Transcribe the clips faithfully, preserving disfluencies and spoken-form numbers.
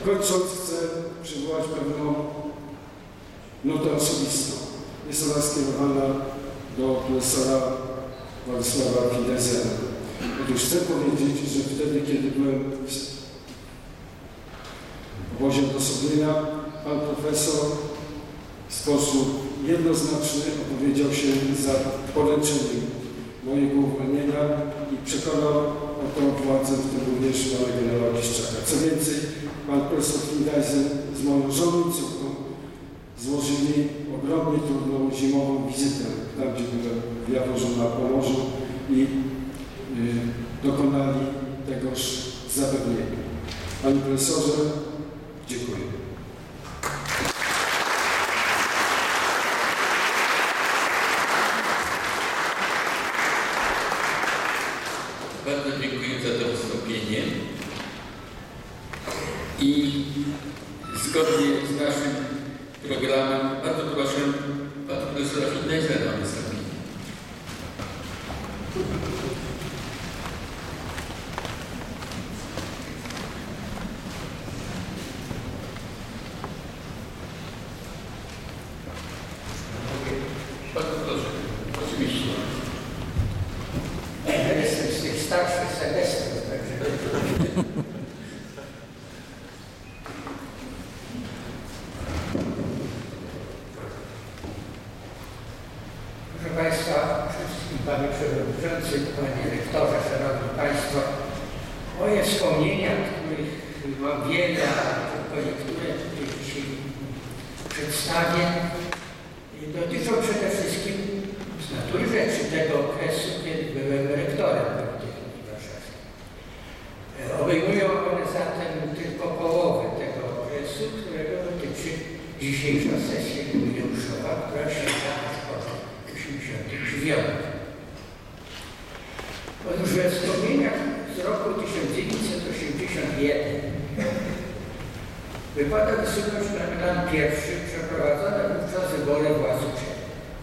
Kończąc, chcę przywołać pewną notę osobistą. Jest ona skierowana do profesora Władysława Findeisera. Otóż chcę powiedzieć, że wtedy, kiedy byłem w obozie do Soblina, pan profesor w sposób jednoznaczny opowiedział się za poręczeniem mojego uwolnienia i przekonał o tą władzę, w tym również pana generała Kiszczaka. Co więcej, pan profesor Findeiser z moją żoną i córką złożyli ogromnie trudną zimową wizytę tam, gdzie byłem w Jaworzu na Pomorzu i yy, dokonali tegoż zapewnienia. Panie profesorze, dziękuję. Bardzo dziękuję za to wystąpienie i zgodnie z naszym programem bardzo proszę pana profesora Findeisera o wystąpienie. Bardzo proszę, oczywiście. Ja jestem z tych starszych semestrów, także... Proszę Państwa, wszystkim Panie Przewodniczący, Panie Rektorze, Szanowni Państwo, moje wspomnienia, których mam wiele, a tylko niektóre tutaj dzisiaj przedstawię, dotyczą przede wszystkim z natury rzeczy tego okresu, kiedy byłem rektorem Politechniki Warszawskiej. Obejmują one zatem tylko połowę tego okresu, którego dotyczy dzisiejsza sesja jubileuszowa, która sięga aż od osiemdziesiątych dziewiątych. Otóż we wspomnieniach z roku tysiąc dziewięćset osiemdziesiątego pierwszego wypada wysunąć na plan pierwszy przeprowadzone wówczas wybory władz uczelni.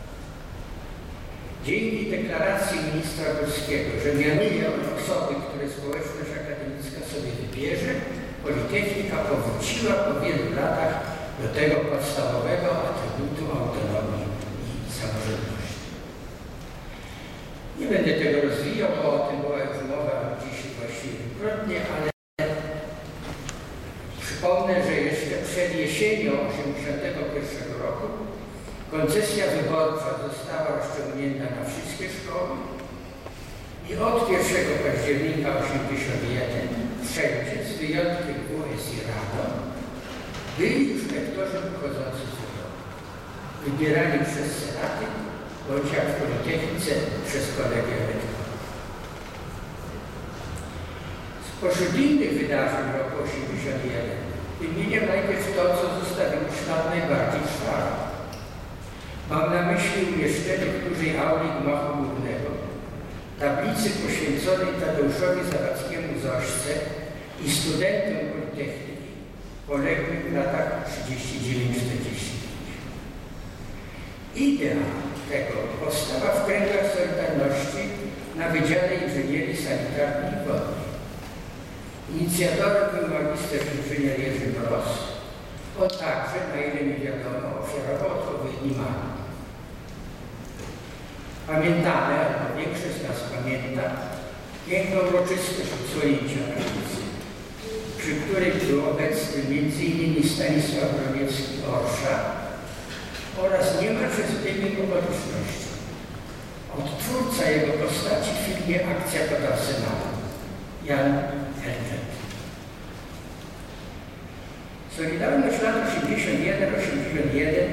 Dzięki deklaracji ministra Górskiego, że mianuje on osoby, które społeczność akademicka sobie wybierze, Politechnika powróciła po wielu latach do tego podstawowego atrybutu autonomii i samorządności. Nie będę tego rozwijał, bo o tym była już mowa dziś właściwie wielokrotnie, ale przypomnę, że jeszcze przed jesienią tysiąc dziewięćset osiemdziesiątego pierwszego roku koncesja wyborcza została rozciągnięta na wszystkie szkoły i od pierwszego października tysiąc dziewięćset osiemdziesiątego pierwszego wszędzie, z wyjątkiem W S I Radom, byli już lektorzy pochodzący z Europy, wybierani przez senaty bądź jak w Politechnice przez kolegię lektorów. Spośród innych wydarzeń roku tysiąc dziewięćset osiemdziesiątego pierwszego wymienię najpierw to, co zostawiło ślad najbardziej trwały. Mam na myśli umieszczenie w dużej auli gmachu głównego tablicy poświęconej Tadeuszowi Zawadzkiemu Zośce i studentom Politechniki poległych w latach trzydziestym dziewiątym do czterdziestego piątego. Idea tego powstała w kręgach Solidarności na Wydziale Inżynierii Sanitarnej i Wodnej. Inicjatorem był magister inżynier Jerzy Mroz. On także, na ile mi wiadomo, ofiarował odpowiedni mandat. Pamiętamy, albo większość z nas pamięta, piękną uroczystość odsłonięcia tablicy, przy której był obecny między innymi Stanisław Broniewski-Orsza oraz niemalże zbiegłych okoliczności. Odtwórca jego postaci w filmie Akcja pod Arsenałem, Jan Elfeld. Solidarność lat osiemdziesiąt jeden do osiemdziesiąt jeden,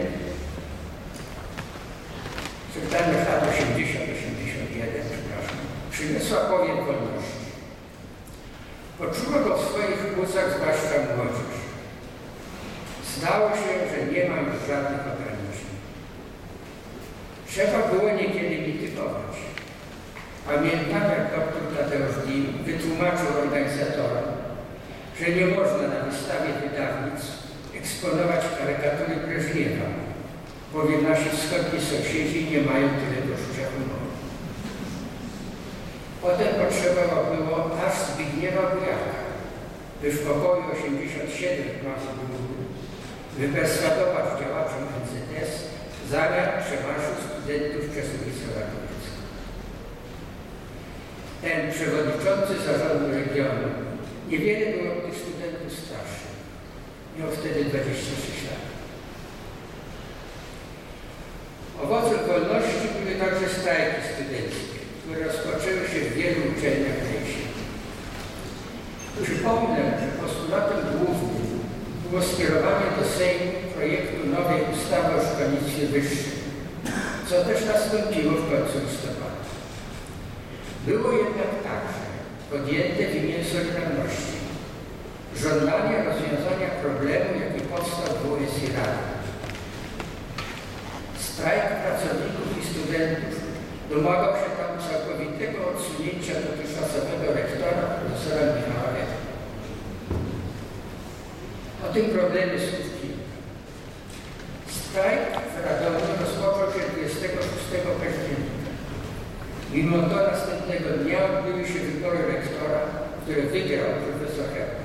Solidarność lat osiemdziesiąt do osiemdziesiąt jeden, przepraszam, przyniosła powiew wolności. Poczuła go w swoich płucach zwłaszcza młodzież. Zdało się, że nie ma już żadnych ograniczeń. Trzeba było niekiedy mitygować. Pamiętam, jak doktor Tadeusz Dim wytłumaczył organizatorom, że nie można na wystawie wydawnictw eksponować karykatury Breżniewa, bowiem nasi wschodni sąsiedzi nie mają tyle poczucia humoru. Potem potrzeba było aż Zbigniewa Bujaka, by w pokoju osiemdziesiąt siedem w Gmachu Głównym wyperswadować działaczom N Z S zamiar przemarszu studentów przez ulicę Rakowiecką. Ten przewodniczący zarządu regionu, niewiele było tych studentów starszych, miał wtedy dwadzieścia sześć lat. Owocem wolności były także strajki studenckie, które rozpoczęły się w wielu uczelniach wsi. Przypomnę, że postulatem głównym było skierowanie do Sejmu projektu nowej ustawy o szkolnictwie wyższym, co też nastąpiło w końcu listopada. Było jednak także podjęte w imię Solidarności żądanie rozwiązania problemu, jaki powstał w U S I Rady. Strajk pracowników i studentów domagał się tam całkowitego odsunięcia dotychczasowego rektora, profesora Michała Hegla. O tym problemie skutki. Strajk w Radomiu rozpoczął się dwudziestego szóstego października. Mimo to następnego dnia odbyły się wybory rektora, które wygrał profesor Hegla.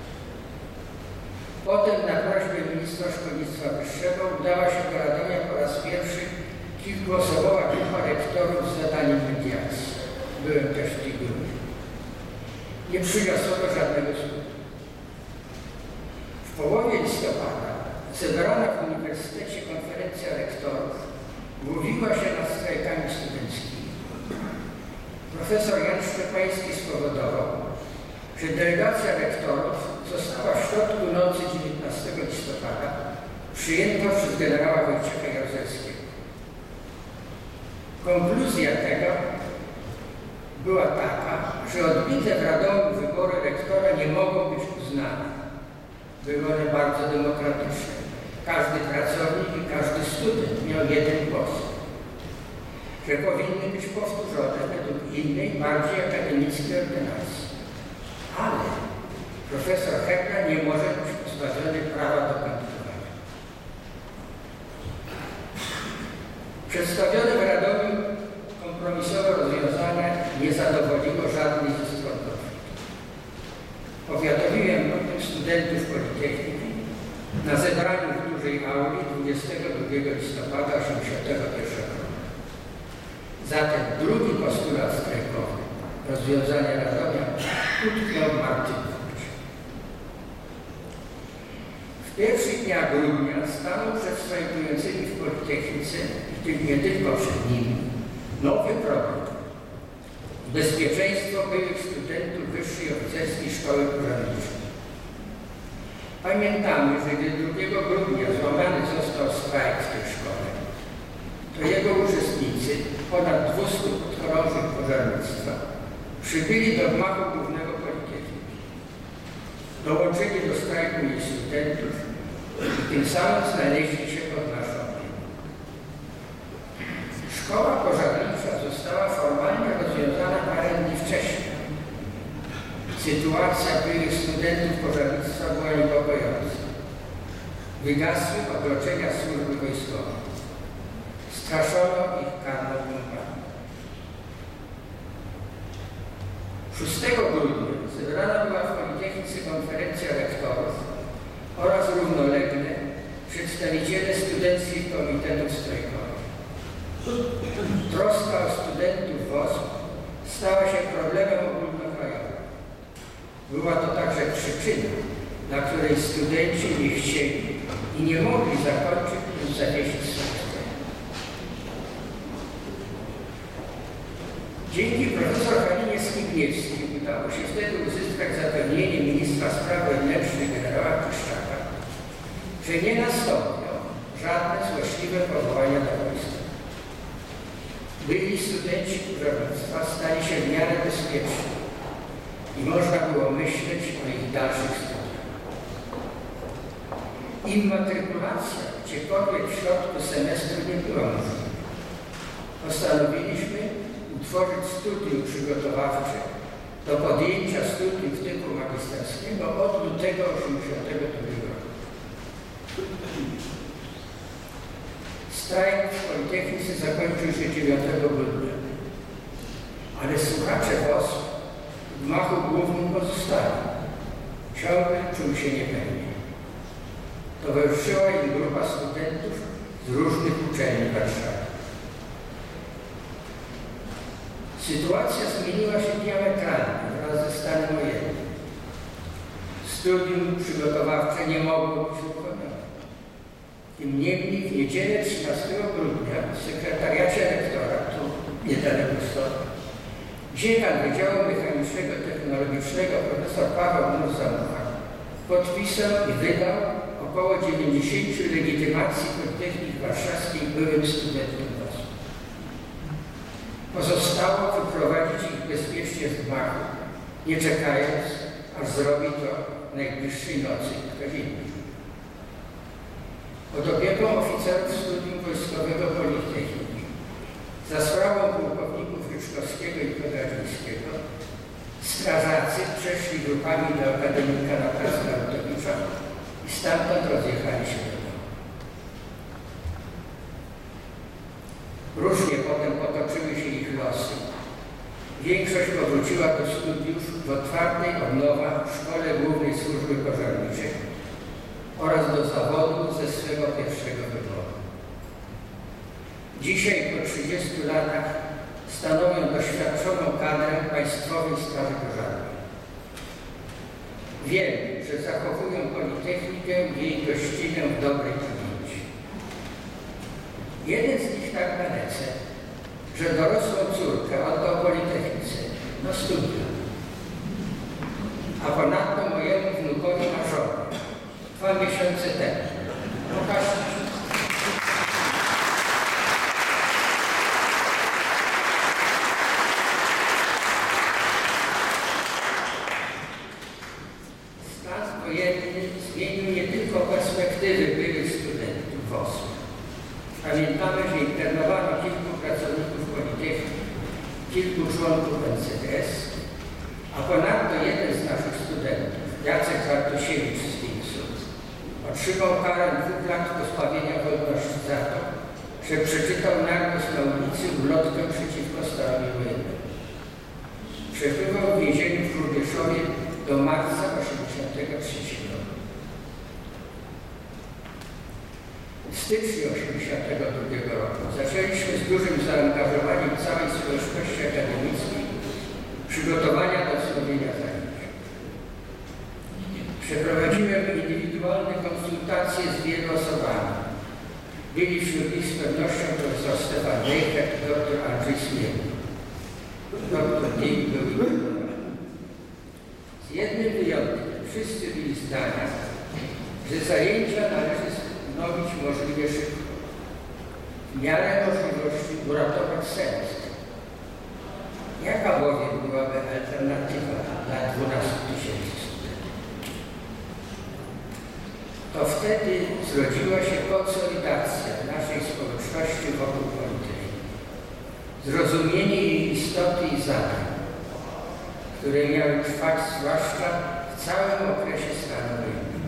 Potem na prośbę ministra szkolnictwa wyższego udała się do Radomia po raz pierwszy kilkuosobowa grupa rektorów z zadaniem mediacji. Byłem też w tej grupie. Nie przyniosło do żadnego skutku. W połowie listopada zebrana w Uniwersytecie konferencja rektorów mówiła się nad strajkami studenckimi. Profesor Jan Szczepański spowodował, że delegacja rektorów została w środku nocy dziewiętnastego listopada przyjęta przez generała Wojciecha Jaruzelskiego. Konkluzja tego była taka, że odbite w Radomiu wybory rektora nie mogą być uznane. Były one bardzo demokratyczne. Każdy pracownik i każdy student miał jeden głos. Że powinny być powtórzone według innej, bardziej akademickiej ordynacji. Ale profesor Hegla nie może być pozbawiony prawa do kandydowania. Przedstawione w Radomiu kompromisowe rozwiązanie nie zadowoliło żadnej ze stron konfliktu. Powiadomiłem o tym studentów Politechniki na zebraniu w dużej auli dwudziestego drugiego listopada tysiąc dziewięćset osiemdziesiątego pierwszego roku. Zatem drugi postulat strajkowy rozwiązania Radomia utknął w martwym punkcie. W pierwszych dniach grudnia stanął przed strajkującymi w Politechnice, i tym nie tylko przed nimi, nowy problem. Bezpieczeństwo byłych studentów Wyższej Oficerskiej Szkoły Pożarniczej. Pamiętamy, że gdy drugiego grudnia złamany został strajk w tej szkole, to jego uczestnicy, ponad dwustu podchorążych pożarnictwa, przybyli do gmachu głównego Politechniki. Dołączyli do strajku jej studentów i tym samym znaleźli się pod naszą opieką. Szkoła pożarnicza została formalnie rozwiązana parę dni wcześniej. Sytuacja byłych studentów pożarnictwa była niepokojąca. Wygasły odroczenia służby wojskowej. Straszono ich karną bombami. szóstego grudnia zebrana była w Politechnice konferencja rektorów oraz równolegle przedstawiciele studenckich komitetów strajkowych. Troska o studentów W O S P stała się problemem ogólnokrajowym. Była to także przyczyna, dla której studenci nie chcieli i nie mogli zakończyć lub zawiesić swoich strajków. Dzięki profesor Halinie Skibniewskiej udało się wtedy uzyskać zapewnienie ministra spraw wewnętrznych generała Puszczaka, że nie nastąpią żadne złośliwe powołania do wojska. Byli studenci pożarnictwa stali się w miarę bezpieczni i można było myśleć o ich dalszych studiach. Immatrykulacja gdziekolwiek w środku semestru nie była możliwa. Postanowiliśmy utworzyć studium przygotowawcze do podjęcia studiów typu magisterskiego od lutego tysiąc dziewięćset osiemdziesiątego drugiego roku. Strajk w Politechnice zakończył się dziewiątego grudnia, ale słuchacze W O S P w gmachu głównym pozostali. Ciągle czuł się niepewnie. Towarzyszyła im grupa studentów z różnych uczelni Warszawy. Sytuacja zmieniła się diametralnie wraz ze stanem wojennym. Studium przygotowawcze nie mogło być wykonane. Tym niemniej w niedzielę trzynastego grudnia w sekretariacie rektora, tu niedaleko stąd, dziekan Wydziału Mechanicznego Technologicznego profesor Paweł Murza-Mucha podpisał i wydał około dziewięćdziesięciu legitymacji Politechniki Warszawskiej byłym studentom W O S. Pozostało wyprowadzić ich bezpiecznie z gmachu, nie czekając, aż zrobi to najbliższej nocy ktoś inny. Pod opieką oficerów Studium Wojskowego Politechniki, za sprawą pułkowników Ryczkowskiego i Kodarzyńskiego, strażacy przeszli grupami do akademika na plac Narutowicza i stamtąd rozjechali się do domu. Różnie potem potoczyły się ich losy. Większość powróciła do studiów w otwartej od nowa Szkole Głównej Służby Pożarniczej oraz do zawodu ze swego pierwszego wyboru. Dzisiaj po trzydziestu latach stanowią doświadczoną kadrę Państwowej Straży Pożarnej. Wiem, że zachowują Politechnikę i jej gościnę w dobrej pamięci. Jeden z nich tak dalece, że dorosłą córkę oddał Politechnice na studia. A ponadto mojemu wnukowi ma żonę dwa miesiące temu. Pokażcie. Stan wojenny zmienił nie tylko perspektywy byłych studentów W O S-u. Pamiętamy, że internowano kilku pracowników Politechniki, kilku członków N C D S, a ponadto jeden z naszych studentów, Jacek Bartosiewicz z Wiksu, otrzymał karę dwóch lat pozbawienia wolności za to, że przeczytał nagłos na ulicy ulotkę przeciwko stanowi wojennemu. Przebywał w więzieniu w Rubieszowie do marca osiemdziesiątego trzeciego roku. W styczniu osiemdziesiątego drugiego roku zaczęliśmy z dużym zaangażowaniem całej społeczności akademickiej przygotowania do wznowienia zajęć. Przeprowadziłem indywidualne konsultacje z wielu osobami. Byli wśród nich z pewnością profesor Stefan Dejka i doktor Andrzej Smielny. Doktor Dejk był ignorowany. Z jednym wyjątkiem wszyscy byli zdania, że zajęcia należy wznowić możliwie szybko. W miarę możliwości uratować sens. Jaka bowiem byłaby alternatywa dla dwunastu tysięcy studentów? To wtedy zrodziła się konsolidacja naszej społeczności wokół Politechniki. Zrozumienie jej istoty i zadań, które miały trwać zwłaszcza w całym okresie stanu wojennego.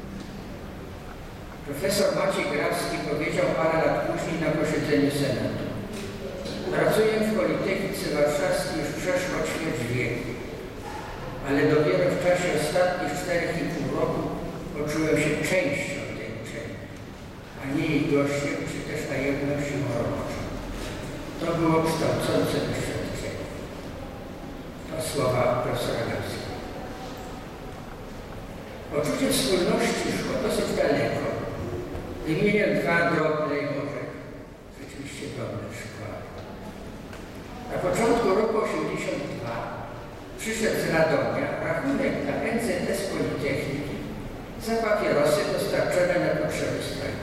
Profesor Maciej Grabski powiedział parę lat później na posiedzeniu Senatu: pracuję w Politechnice Warszawskiej już przeszło ćwierć wieku, ale dopiero w czasie ostatnich czterech i pół roku poczułem się częścią tej uczelni, a nie jej gościem, czy też najemną siłą roboczą. To było kształcące doświadczenie. To słowa profesora Grabskiego. Poczucie wspólności szło dosyć daleko. Wymienię dwa drobne i może rzeczywiście drobne przykłady. Na początku roku osiemdziesiątego drugiego przyszedł z Radomia rachunek dla N Z S Politechniki za papierosy dostarczone na potrzeby strajku.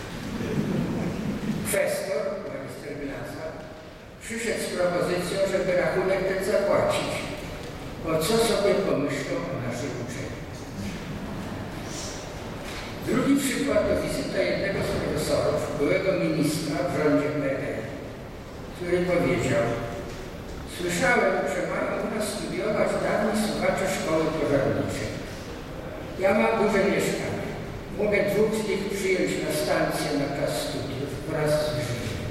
Kwestor, magister Glaza, przyszedł z propozycją, żeby rachunek ten zapłacić, bo co sobie pomyślą o naszej uczelni. Drugi przykład to wizyta jednego z profesorów, byłego ministra w rządzie P R L, który powiedział: słyszałem, że mają u nas studiować dawni słuchacze szkoły pożarniczej. Ja mam duże mieszkanie. Mogę dwóch z nich przyjąć na stację na czas studiów wraz z Grzyjem.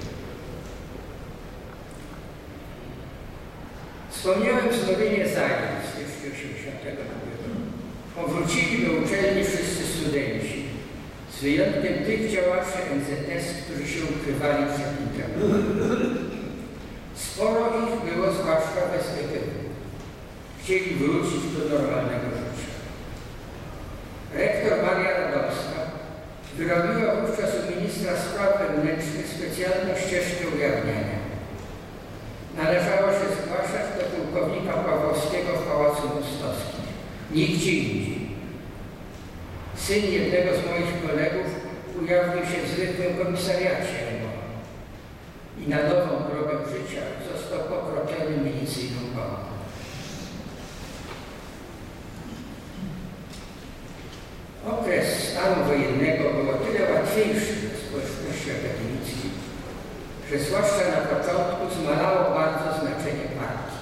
Wspomniałem wznowienie zajęć w styczniu osiemdziesiątego drugiego roku. Wrócili do uczelni wszyscy studenci, z wyjątkiem tych działaczy N Z S, którzy się ukrywali przed internatem. Sporo ich było, zwłaszcza bez E G W. Chcieli wrócić do normalnego życia. Rektor Maria Radomska wyrobiła wówczas u ministra spraw wewnętrznych specjalną ścieżkę ujawniania. Należało się zgłaszać do pułkownika Pawłowskiego w Pałacu Mostowskim. Nigdzie indziej. Syn jednego z moich kolegów ujawnił się w zwykłym komisariacie M O i na nową drogę życia został pokroczony milicyjną pałką. Okres stanu wojennego był o tyle łatwiejszy dla społeczności akademickiej, że zwłaszcza na początku zmalało bardzo znaczenie partii.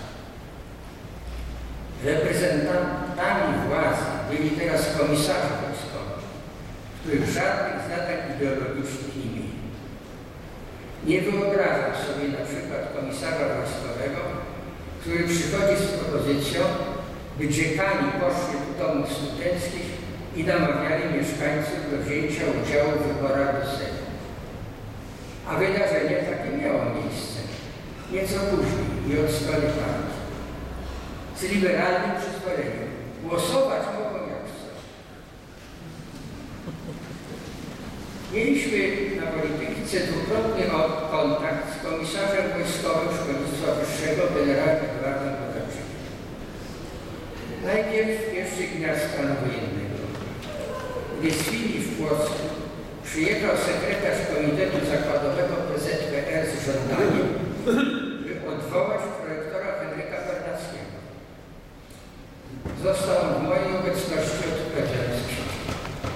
Reprezentantami władzy byli teraz komisarze wojskowi, których żadnych zadań ideologicznych nie mieli. Nie wyobrażam sobie na przykład komisarza wojskowego, który przychodzi z propozycją, by dziekani poszli do domów studenckich i namawiali mieszkańców do wzięcia udziału w wyborach do Sejmu. A wydarzenie takie miało miejsce, nieco później i od strony partii. Z liberalnym przyzwoleniem. Głosować mogą jak chcą. Mieliśmy na Politechnice dwukrotny kontakt z komisarzem wojskowym szkolnictwa wyższego generałem Edwardem Bogaczykiem. Najpierw w pierwszych dniach stanu wojennego, gdy z chwili w Płocku przyjechał sekretarz Komitetu Zakładowego P Z P R z żądaniem, by odwołać prorektora Henryka Bernackiego. Został on w mojej obecności odprawiony z książki.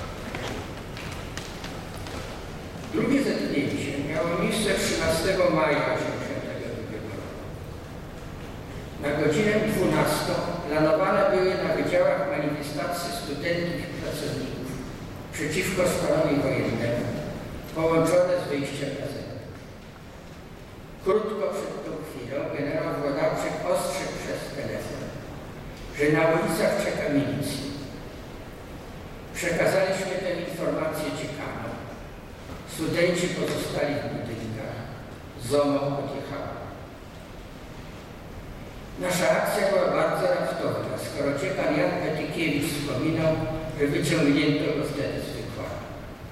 Drugie zetknięcie miało miejsce trzynastego maja osiemdziesiątego drugiego roku. Na godzinę dwunastą planowane były na wydziałach manifestacje studentów i pracowników przeciwko stanowi wojennemu, połączone z wyjściem na zewnątrz. Krótko przed tą chwilą generał Włodarczyk ostrzegł przez telefon, że na ulicach czeka milicja. Przekazaliśmy tę informację dziekanom. Studenci pozostali w budynkach. ZOMO odjechało. Nasza akcja była bardzo raptowna, skoro dziekan Jan Petykiewicz wspominał, że wyciągnięto go wtedy z wykładu.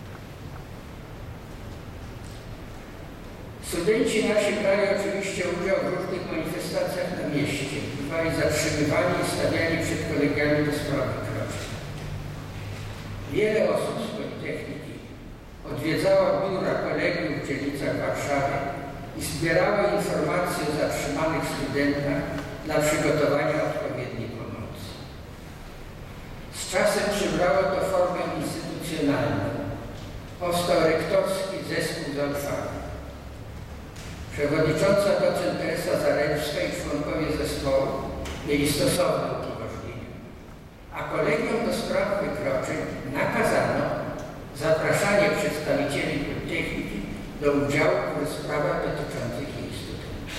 Studenci nasi brali oczywiście udział w różnych manifestacjach na mieście. Bywali zatrzymywani i stawiani przed kolegiami do spraw wykroczeń. Wiele osób z Politechniki odwiedzało biura kolegium w dzielnicach Warszawy i zbierało informacje o zatrzymanych studentach dla przygotowania odpowiedniej pomocy. Z czasem przybrało to formę instytucjonalną. Powstał rektorski zespół zaufania. Przewodnicząca docent Teresa Zaręczka i członkowie zespołu mieli stosowne upoważnienia, a kolegium do spraw wykroczeń nakazano zapraszanie przedstawicieli Politechniki do udziału w sprawach dotyczących jej studentów.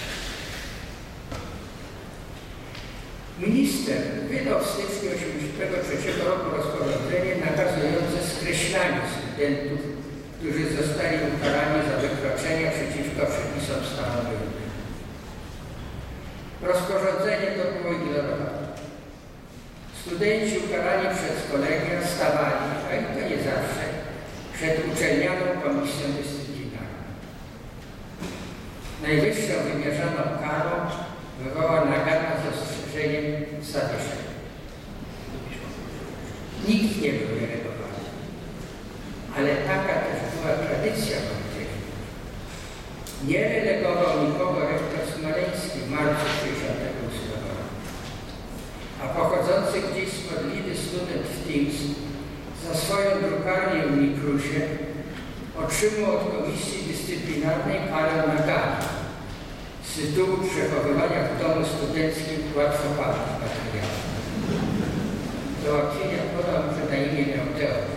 Minister wydał w styczniu tysiąc dziewięćset osiemdziesiątego trzeciego roku rozporządzenie nakazujące skreślanie studentów, którzy zostali ukarani za wykroczenia przeciwko przepisom stanu wojennego. Rozporządzenie to było ignorowane. Studenci ukarani przez kolegia stawali, a i to nie zawsze, przed uczelnianą komisją dyscyplinarną. Najwyższą wymierzoną karą była nagana z ostrzeżeniem zawieszenia. Nikt nie był delegowany, ale taka też była tradycja Politechniki. Nie delegował nikogo rektor Smoleński w marcu tysiąc dziewięćset sześćdziesiątego ósmego roku, a pochodzący gdzieś spod Lidy student w Teams za swoją drukarnię w Mikrusie otrzymał od Komisji Dyscyplinarnej karę nagany z tytułu przechowywania w domu studenckim łatwopalnych materiałów. Do ułatwienia podał, że na imię miał Teodor.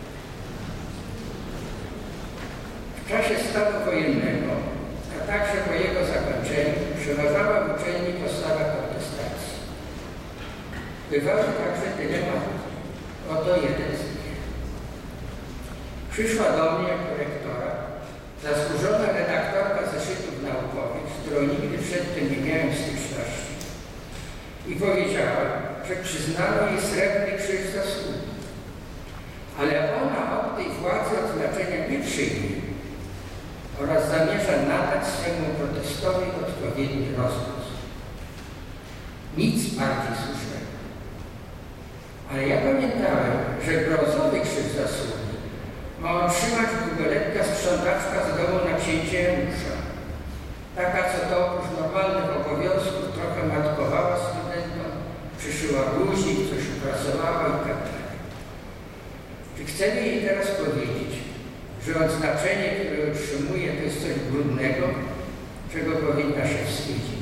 W czasie stanu wojennego, a także po jego zakończeniu, przeważała w uczelni postawa kontestacji. Bywały także dylematy, o Oto jeden z nich. Przyszła do mnie jako rektora zasłużona redaktorka zeszytów naukowych, z którą nigdy przedtem nie miałem styczności, i powiedziała, że przyznano jej srebrny krzyż zasługi. Ale ona od tej władzy odznaczenia nie przyjmie oraz zamierza nadać swemu protestowi odpowiedni rozgłos. Nic bardziej słusznego. Ale ja pamiętałem, że brązowy krzyż zasługi ma otrzymać długoletnia sprzątaczka z domu na księcia Janusza. Taka, co to oprócz normalnych obowiązków trochę matkowała studentom, przyszyła guzik, coś upracowała i tak dalej. Czy chcemy jej teraz powiedzieć, że odznaczenie, które otrzymuje, to jest coś brudnego, czego powinna się wstydzić?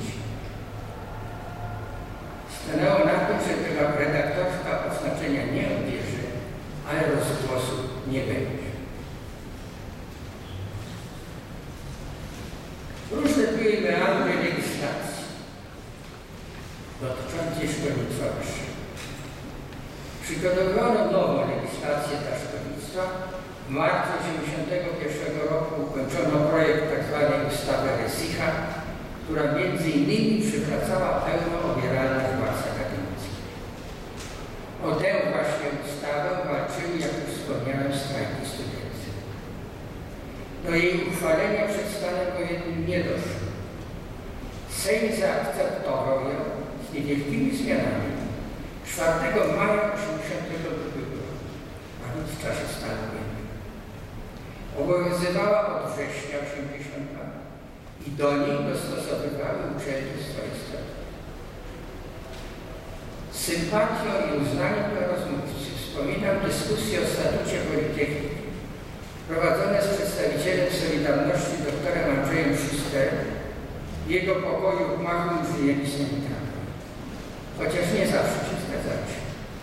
Stanęło na tym, że ta redaktorska oznaczenia nie odbierze, ale rozgłosu nie będzie. Różne były meandry legislacji dotyczącej szkolnictwa wyższego. Przygotowano nową legislację dla szkolnictwa. W marcu tysiąc dziewięćset osiemdziesiątego pierwszego roku ukończono projekt tzw. ustawy Resicha, która między innymi przywracała pełną obieralność władz akademickich. O tę właśnie ustawę walczyły, jak już wspomniałem, strajki studenckie. Do jej uchwalenia przed stanem wojennym nie doszło. Sejm zaakceptował ją z niewielkimi zmianami czwartego maja tysiąc dziewięćset osiemdziesiątego drugiego roku, a więc w czasie stanu wojennego. Obowiązywała od września tysiąc dziewięćset osiemdziesiątego i do niej dostosowywały uczelnie swoje statuty. Z sympatią i uznaniem dla rozmówcy wspominam dyskusję o statucie Politechniki prowadzone z przedstawicielem Solidarności doktorem Andrzejem Schusterem w jego pokoju w gmachu inżynierii sanitarnej. Chociaż nie zawsze się zgadzaliśmy.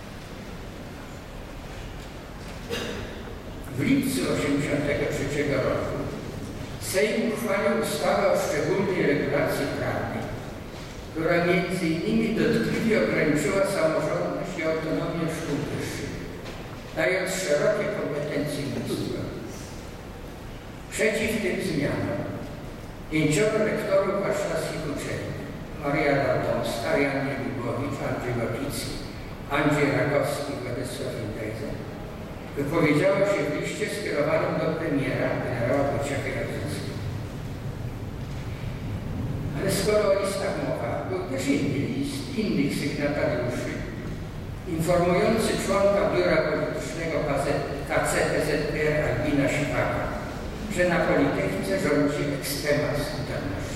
W lipcu tysiąc dziewięćset osiemdziesiątego trzeciego roku Sejm uchwalił ustawę o szczególnej regulacji prawnej, która między innymi dotkliwie ograniczyła samorządność i autonomię szkół wyższych, dając szerokie kompetencje ministra. Przeciw tym zmianom pięcioro rektorów warszawskich uczelni, Maria Radomska, Jan Niewibowicz, Andrzej Łapicki, Andrzej Ragowski, Władysław Indejza, wypowiedziało się w liście skierowanym do premiera, generała Wojciecha Jaruzelskiego. Ale skoro o listach mowa, był też inny list innych sygnatariuszy, informujący członka Biura Politycznego K C P Z P R Albina Siwaka, że na Politechnice rządzi ekstremat solidarności.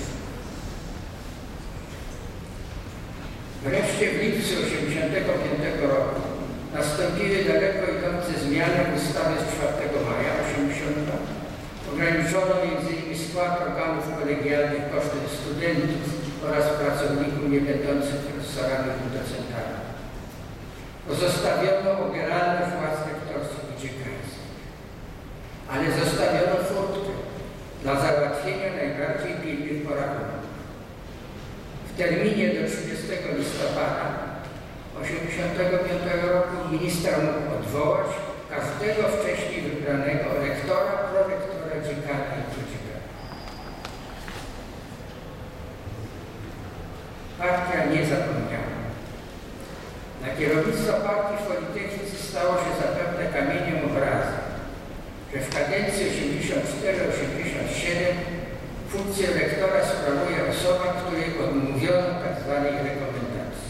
Wreszcie w lipcu tysiąc dziewięćset osiemdziesiątego piątego roku nastąpiły daleko idące zmiany w ustawie z czwartego maja tysiąc dziewięćset osiemdziesiątego. Ograniczono między innymi skład organów kolegialnych kosztem studentów oraz pracowników niebędących profesorami lub docentami. Pozostawiono obieralność władz rektorskich i dziekańskich, ale zostawiono furtkę dla załatwienia najbardziej pilnych porachunków. W terminie do trzydziestego listopada tysiąc dziewięćset osiemdziesiątego piątego roku minister mógł odwołać każdego wcześniej wybranego rektora, prorektora, dziekana i prodziekana. Partia nie zapomniała. Na kierownictwo partii w Politechnice stało się zapewne kamieniem obrazu, że w kadencji osiemdziesiąt cztery osiemdziesiąt siedem funkcję rektora sprawuje osoba, której odmówiono tzw. rekomendacji.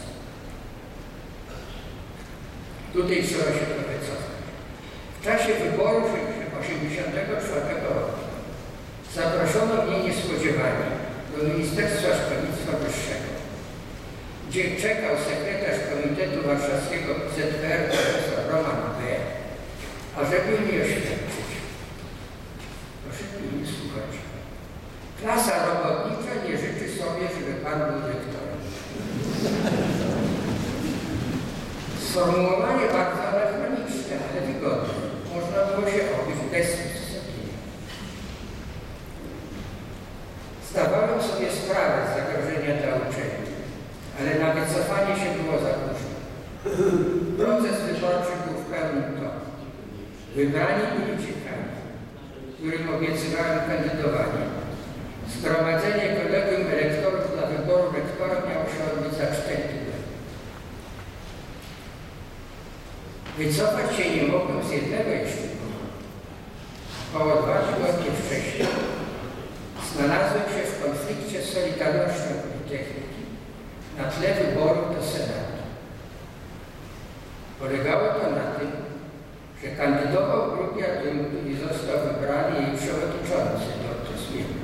Tutaj trzeba się trochę cofnąć. W czasie wyborów tysiąc dziewięćset osiemdziesiątego czwartego roku zaproszono mnie niespodziewanie do Ministerstwa Szkolnictwa Wyższego, gdzie czekał sekretarz Komitetu Warszawskiego Z P R profesor Roman B., ażeby mnie oświadczyć. Proszę mnie słuchać. Klasa robotnicza nie życzy sobie, żeby pan był rektorem. Sformułowanie bardzo anachroniczne, ale wygodne. Można było się obyć bez uzasadnienia. Zdawałem sobie sprawę z zagrożenia dla uczelni, ale na wycofanie się było za późno. Proces wyborczy był w pełni Wybrani byli dziekani, którym obiecywałem kandydowanie. Zgromadzenie kolegium elektorów dla wyboru rektora miało się odbyć za cztery tygodnie. Wycofać się nie mogłem z jednego jeszcze powodu. Około dwa tygodnie wcześniej znalazłem się w konflikcie z Solidarnością Politechniki na tle wyborów do Senatu. Polegało to na tym, że kandydował w grupie adjunktu i został wybrany jej przewodniczący, doktor Smiech.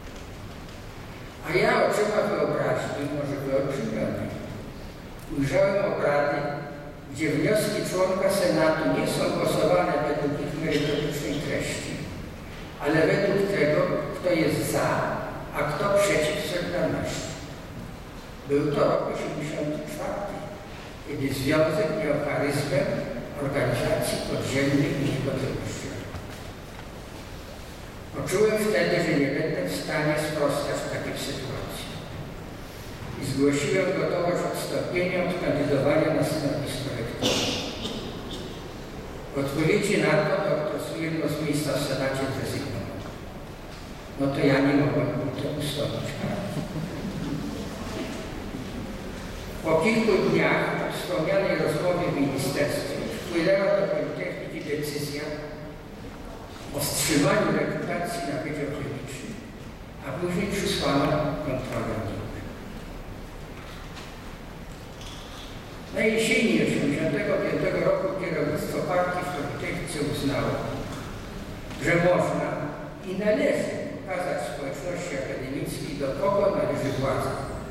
A ja oczyma wyobraźni, może wyolbrzymiony, ujrzałem obrady, gdzie wnioski członka Senatu nie są głosowane według ich merytorycznej treści, ale według tego, kto jest za, a kto przeciw Solidarności. Był to rok osiemdziesiąty czwarty, kiedy Związek miał charyzmę organizacji podziemnych i niepodległościowych. Poczułem wtedy, że nie będę w stanie sprostać takiej sytuacji i zgłosiłem gotowość odstąpienia od kandydowania na stanowisko rektora. W odpowiedzi na to doktor Sujemno z miejsca w Senacie zrezygnował. No to ja nie mogłem mu to ustąpić. Po kilku dniach po wspomnianej rozmowie w ministerstwie wpłynęła do Politechniki decyzja o wstrzymaniu rekrutacji na Wydział Chemiczny, a później przysłano kontrolę NIK. Na jesieni osiemdziesiątego piątego roku kierownictwo partii w Politechnice uznało, że można i należy pokazać społeczności akademickiej, do kogo należy władza.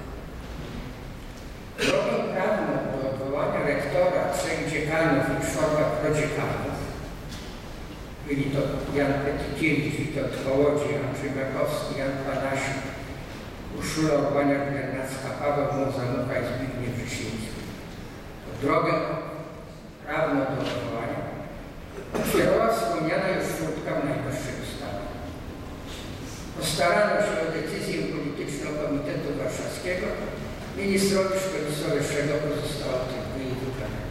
Drogą prawną do odwołania rektora, trzech dziekanów i czworga prodziekanów, byli to Jan Petykiewicz, Witold Kołodziej, Andrzej Makowski, Jan Panasiuk, Urszula Urbaniak-Biernacka, Paweł Muzanucha i Zbigniew Wrzysiński. Drogę prawną do odwołania otwierała wspomniana już czwórka w najwyższej ustawie. Postarano się o decyzję polityczną Komitetu Warszawskiego. Ministrowi Szkolnictwa Wyższego pozostało tylko jej wykonanie.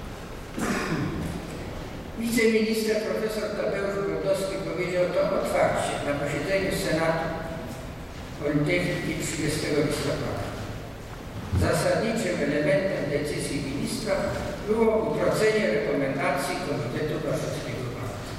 Wiceminister profesor Tadeusz Brodowski powiedział to otwarcie na posiedzeniu Senatu Politechniki trzydziestego listopada. Zasadniczym elementem decyzji ministra było utracenie rekomendacji Komitetu Warszawskiego Partii.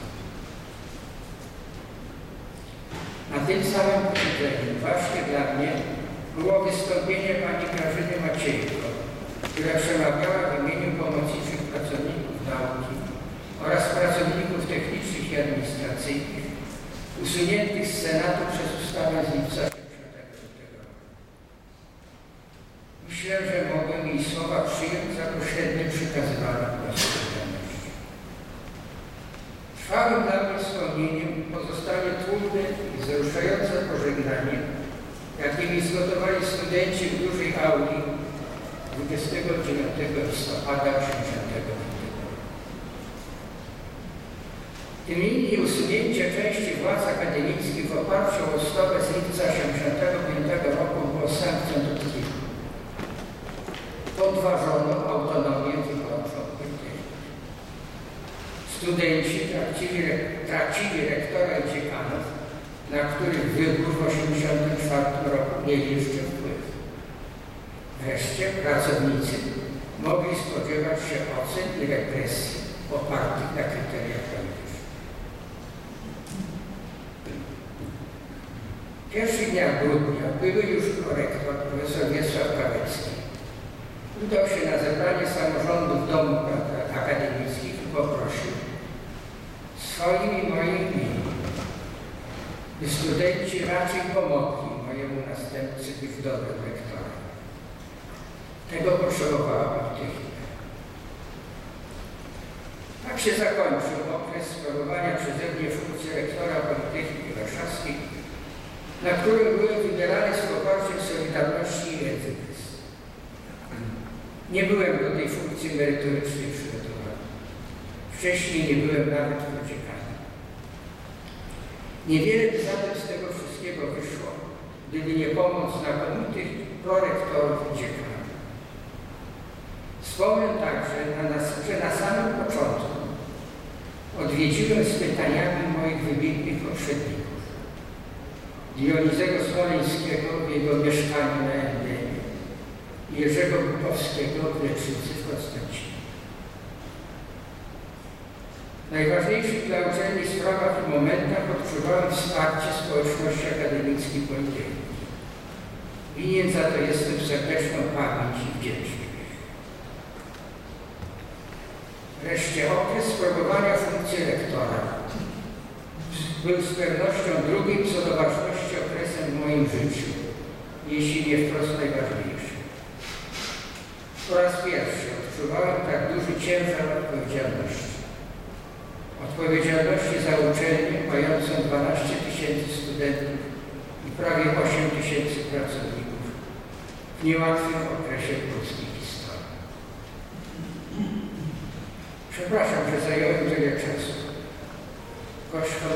Na tym samym posiedzeniu właśnie dla mnie było wystąpienie pani Grażyny Maciejko, która przemawiała w imieniu pomocniczych pracowników nauki oraz pracowników technicznych i administracyjnych usuniętych z Senatu przez ustawę z lipca osiemdziesiątego piątego roku. Myślę, że mogłem jej słowa przyjąć za pośrednie przekazywane głosu Solidarności. Trwałym dla mnie wspomnieniem pozostanie tłumne i wzruszające pożegnanie, jakie mi zgotowali studenci w dużej auli dwudziestego dziewiątego listopada osiemdziesiątego piątego roku. Tym niemniej usunięcie części władz akademickich w oparciu o ustawę z lipca osiemdziesiątego piątego roku było sankcją dotkliwą. Podważono autonomię wyborczą Politechniki. Studenci tracili, tracili rektora i dziekanów, na których wybór w tysiąc dziewięćset osiemdziesiątym czwartym roku mieli jeszcze wpływ. Wreszcie pracownicy mogli spodziewać się ocen i represji opartych na kryteriach politycznych. W pierwszych dniach grudnia były już prorektor profesor Wiesław Kawecki udał się na zebranie samorządów domów akademickich i poprosił swoim i moim imieniem, by studenci raczej pomogli mojemu następcy być dobrym rektorem. Tego potrzebowała Politechnika. Tak się zakończył okres sprawowania przeze mnie funkcji rektora Politechniki Warszawskiej, na którym byłem wybierany z poparciem Solidarności i Etyki. Nie byłem do tej funkcji merytorycznie przygotowany. Wcześniej nie byłem nawet prodziekanem. Niewiele by zatem z tego wszystkiego wyszło, gdyby nie pomoc znakomitych prorektorów i dziekanów. Wspomnę także, na nas, że na samym początku, od odwiedziłem z pytaniami moich wybitnych poprzedników. Dionizego Smoleńskiego w jego mieszkaniu na Endemie i Jerzego Bukowskiego w Leczycy w Konstancinie. W najważniejszych dla uczelni sprawach i momentach odczuwałem wsparcie społeczności akademickiej Politechniki. Winien za to jestem serdeczną pamięć i wdzięczny. Wreszcie okres sprawowania funkcji rektora był z pewnością drugim co do ważności okresem w moim życiu, jeśli nie wprost najważniejszym. Po raz pierwszy odczuwałem tak duży ciężar odpowiedzialności. Odpowiedzialności za uczelnię mającą dwanaście tysięcy studentów i prawie osiem tysięcy pracowników w niełatwym okresie polskiej historii. Przepraszam, że zająłem tyle czasu. Kość